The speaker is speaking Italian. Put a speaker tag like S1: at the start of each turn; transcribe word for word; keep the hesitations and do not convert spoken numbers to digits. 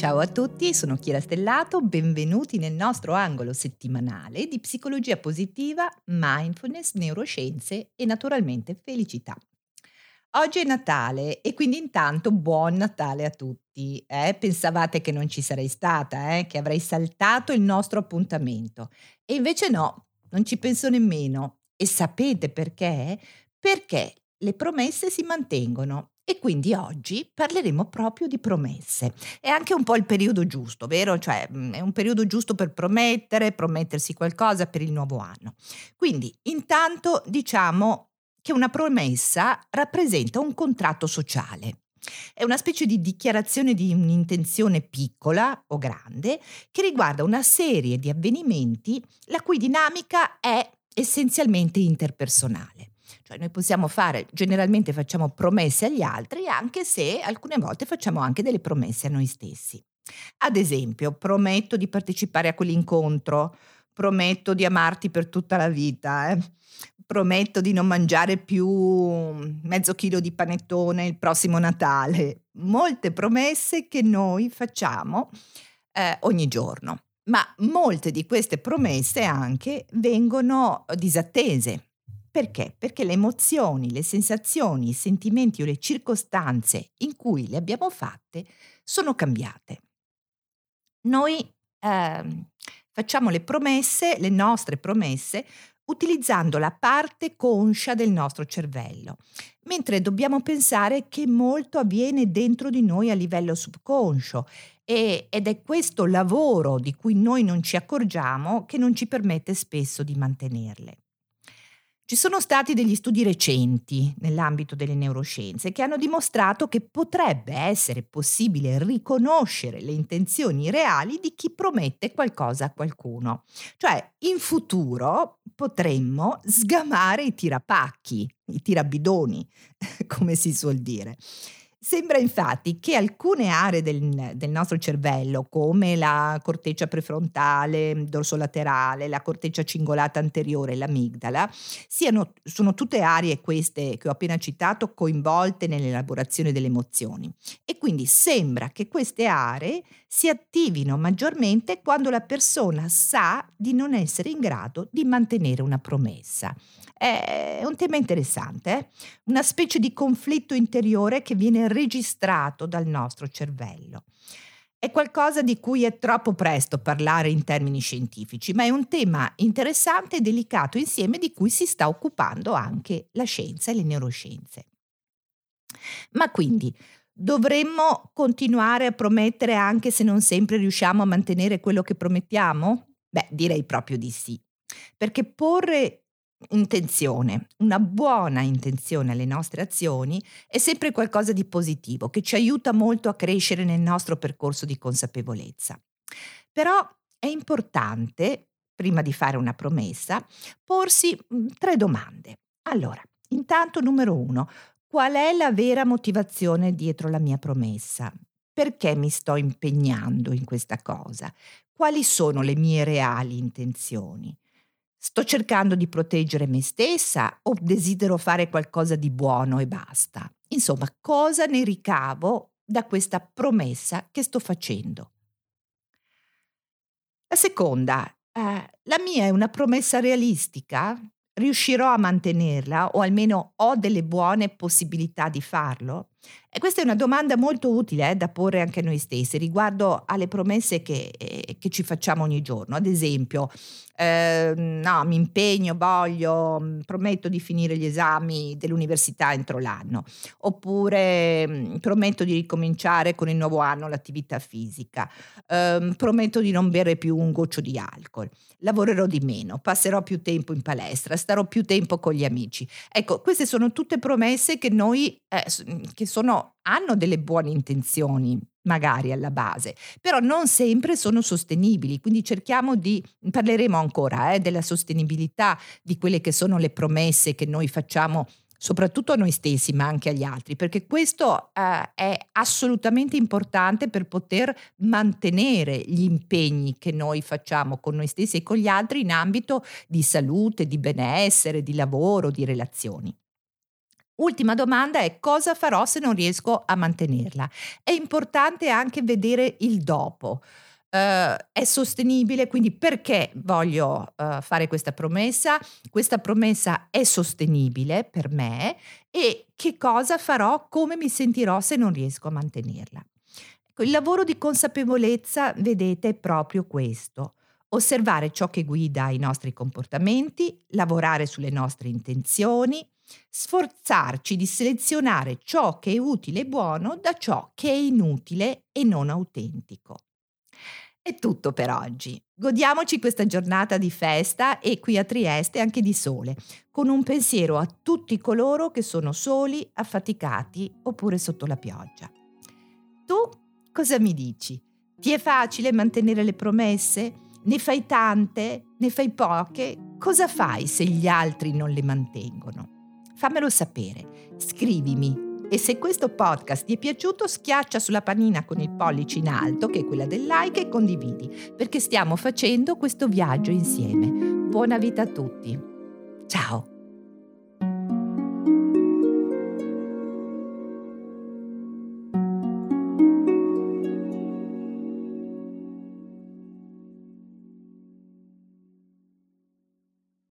S1: Ciao a tutti, sono Chiara Stellato, benvenuti nel nostro angolo settimanale di psicologia positiva, mindfulness, neuroscienze e naturalmente felicità. Oggi è Natale e quindi intanto buon Natale a tutti. Eh? Pensavate che non ci sarei stata, eh? Che avrei saltato il nostro appuntamento. E invece no, non ci penso nemmeno. E sapete perché? Perché le promesse si mantengono. E quindi oggi parleremo proprio di promesse. È anche un po' il periodo giusto, vero? Cioè, mm, è un periodo giusto per promettere, promettersi qualcosa per il nuovo anno. Quindi, intanto diciamo che una promessa rappresenta un contratto sociale. È una specie di dichiarazione di un'intenzione piccola o grande che riguarda una serie di avvenimenti la cui dinamica è essenzialmente interpersonale. Cioè noi possiamo fare, generalmente facciamo promesse agli altri, anche se alcune volte facciamo anche delle promesse a noi stessi. Ad esempio, prometto di partecipare a quell'incontro, prometto di amarti per tutta la vita, eh. Prometto di non mangiare più mezzo chilo di panettone il prossimo Natale. Molte promesse che noi facciamo eh, ogni giorno. Ma molte di queste promesse anche vengono disattese. Perché? Perché le emozioni, le sensazioni, i sentimenti o le circostanze in cui le abbiamo fatte sono cambiate. Noi, ehm, facciamo le promesse, le nostre promesse, utilizzando la parte conscia del nostro cervello, mentre dobbiamo pensare che molto avviene dentro di noi a livello subconscio e ed è questo lavoro di cui noi non ci accorgiamo che non ci permette spesso di mantenerle. Ci sono stati degli studi recenti nell'ambito delle neuroscienze che hanno dimostrato che potrebbe essere possibile riconoscere le intenzioni reali di chi promette qualcosa a qualcuno. Cioè, in futuro potremmo sgamare i tirapacchi, i tirabidoni, come si suol dire. Sembra infatti che alcune aree del, del nostro cervello, come la corteccia prefrontale, dorsolaterale, la corteccia cingolata anteriore e l'amigdala, siano, sono tutte aree queste che ho appena citato coinvolte nell'elaborazione delle emozioni. E quindi sembra che queste aree si attivino maggiormente quando la persona sa di non essere in grado di mantenere una promessa. È un tema interessante, eh? Una specie di conflitto interiore che viene registrato dal nostro cervello. È qualcosa di cui è troppo presto parlare in termini scientifici, ma è un tema interessante e delicato insieme di cui si sta occupando anche la scienza e le neuroscienze. Ma quindi dovremmo continuare a promettere anche se non sempre riusciamo a mantenere quello che promettiamo? Beh, direi proprio di sì. Perché porre intenzione, una buona intenzione alle nostre azioni è sempre qualcosa di positivo che ci aiuta molto a crescere nel nostro percorso di consapevolezza. Però è importante, prima di fare una promessa, porsi mm, tre domande. Allora, intanto numero uno, qual è la vera motivazione dietro la mia promessa? Perché mi sto impegnando in questa cosa? Quali sono le mie reali intenzioni? Sto cercando di proteggere me stessa o desidero fare qualcosa di buono e basta? Insomma, cosa ne ricavo da questa promessa che sto facendo? La seconda, ehm, la mia è una promessa realistica? Riuscirò a mantenerla o almeno ho delle buone possibilità di farlo? E questa è una domanda molto utile, eh, da porre anche a noi stessi riguardo alle promesse che ehm, che ci facciamo ogni giorno. Ad esempio, ehm: "No, mi impegno, voglio, mhmm, prometto di finire gli esami dell'università entro l'anno." Oppure, mhmm: "Prometto di ricominciare con il nuovo anno l'attività fisica." Ehm, prometto di non bere più un goccio di alcol, lavorerò di meno, passerò più tempo in palestra, starò più tempo con gli amici. Ecco, queste sono tutte promesse che noi, eh, s- mhmm, che sono, hanno delle buone intenzioni, magari alla base, però non sempre sono sostenibili, quindi cerchiamo di, parleremo ancora, eh, della sostenibilità di quelle che sono le promesse che noi facciamo soprattutto a noi stessi, ma anche agli altri, perché questo, ehm, è assolutamente importante per poter mantenere gli impegni che noi facciamo con noi stessi e con gli altri in ambito di salute, di benessere, di lavoro, di relazioni. Ultima domanda è: cosa farò se non riesco a mantenerla? È importante anche vedere il dopo. Uhm, è sostenibile, quindi perché voglio, uhm, fare questa promessa? Questa promessa è sostenibile per me e che cosa farò, come mi sentirò se non riesco a mantenerla. Ecco, il lavoro di consapevolezza, vedete, è proprio questo: osservare ciò che guida i nostri comportamenti, lavorare sulle nostre intenzioni, sforzarci di selezionare ciò che è utile e buono da ciò che è inutile e non autentico. È tutto per oggi. Godiamoci questa giornata di festa e qui a Trieste anche di sole, con un pensiero a tutti coloro che sono soli, affaticati oppure sotto la pioggia. Tu cosa mi dici? Ti è facile mantenere le promesse? Ne fai tante? Ne fai poche? Cosa fai se gli altri non le mantengono? Fammelo sapere, scrivimi. E se questo podcast ti è piaciuto, schiaccia sulla pannina con il pollice in alto, che è quella del like, e condividi, perché stiamo facendo questo viaggio insieme. Buona vita a tutti. Ciao!